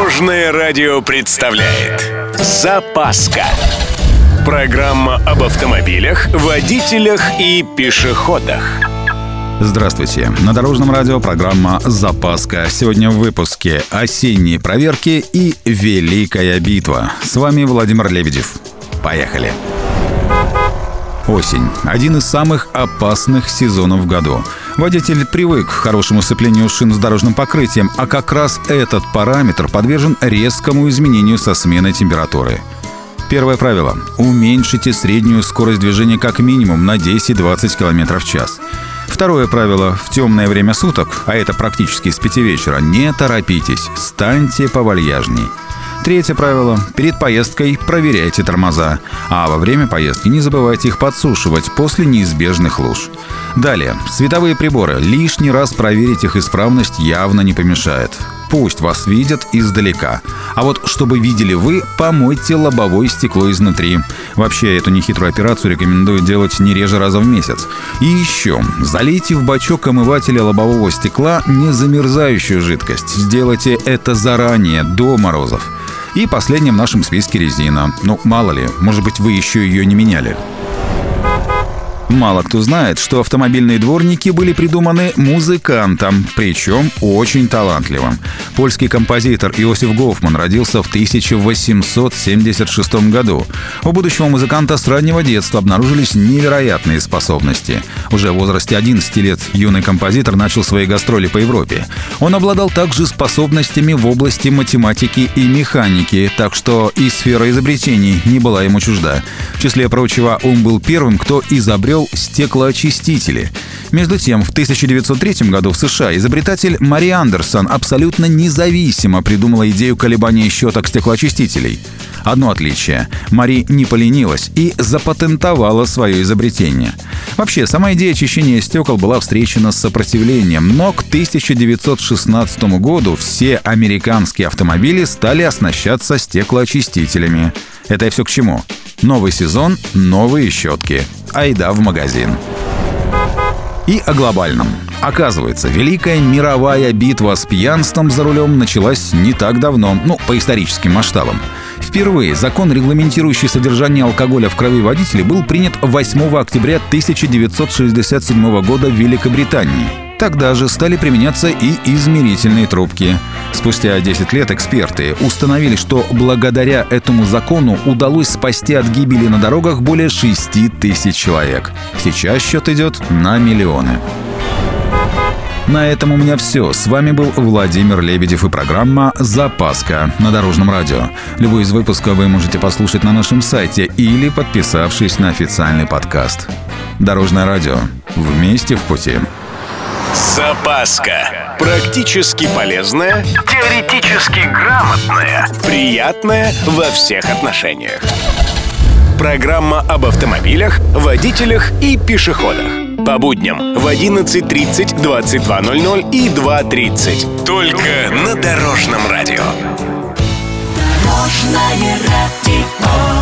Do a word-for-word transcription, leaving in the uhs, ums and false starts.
Дорожное радио представляет «Запаска». Программа об автомобилях, водителях и пешеходах. Здравствуйте. На Дорожном радио программа «Запаска». Сегодня в выпуске осенние проверки и Великая битва. С вами Владимир Лебедев. Поехали. Осень – один из самых опасных сезонов в году. Водитель привык к хорошему сцеплению шин с дорожным покрытием, а как раз этот параметр подвержен резкому изменению со сменой температуры. Первое правило – уменьшите среднюю скорость движения как минимум на десять-двадцать км в час. Второе правило – в темное время суток, а это практически с пяти вечера, не торопитесь, станьте повальяжней. Третье правило – перед поездкой проверяйте тормоза, а во время поездки не забывайте их подсушивать после неизбежных луж. Далее, световые приборы. Лишний раз проверить их исправность явно не помешает. Пусть вас видят издалека. А вот чтобы видели вы, помойте лобовое стекло изнутри. Вообще, эту нехитрую операцию рекомендую делать не реже раза в месяц. И еще, залейте в бачок омывателя лобового стекла незамерзающую жидкость. Сделайте это заранее, до морозов. И последним в нашем списке резина. Ну, мало ли, может быть, вы еще ее не меняли. Мало кто знает, что автомобильные дворники были придуманы музыкантом, причем очень талантливым. Польский композитор Иосиф Гофман родился в тысяча восемьсот семьдесят шестом году. У будущего музыканта с раннего детства обнаружились невероятные способности. Уже в возрасте одиннадцати лет юный композитор начал свои гастроли по Европе. Он обладал также способностями в области математики и механики, так что и сфера изобретений не была ему чужда. В числе прочего, он был первым, кто изобрел стеклоочистители. Между тем, в тысяча девятьсот третьем году в США изобретатель Мари Андерсон абсолютно независимо придумала идею колебания щеток стеклоочистителей. Одно отличие – Мари не поленилась и запатентовала свое изобретение. Вообще, сама идея очищения стекол была встречена с сопротивлением, но к тысяча девятьсот шестнадцатому году все американские автомобили стали оснащаться стеклоочистителями. Это и все к чему? Новый сезон, новые щетки. Айда в магазин. И о глобальном. Оказывается, Великая мировая битва с пьянством за рулем началась не так давно, ну, по историческим масштабам. Впервые закон, регламентирующий содержание алкоголя в крови водителей, был принят восьмого октября тысяча девятьсот шестьдесят седьмого года в Великобритании. Тогда же стали применяться и измерительные трубки. Спустя десять лет эксперты установили, что благодаря этому закону удалось спасти от гибели на дорогах более шести тысяч человек. Сейчас счет идет на миллионы. На этом у меня все. С вами был Владимир Лебедев и программа «Запаска» на Дорожном радио. Любой из выпусков вы можете послушать на нашем сайте или подписавшись на официальный подкаст. Дорожное радио. Вместе в пути. Запаска. Практически полезная, теоретически грамотная, приятная во всех отношениях. Программа об автомобилях, водителях и пешеходах. По будням в одиннадцать тридцать, двадцать два ноль ноль и два тридцать. Только на Дорожном радио. Дорожное радио.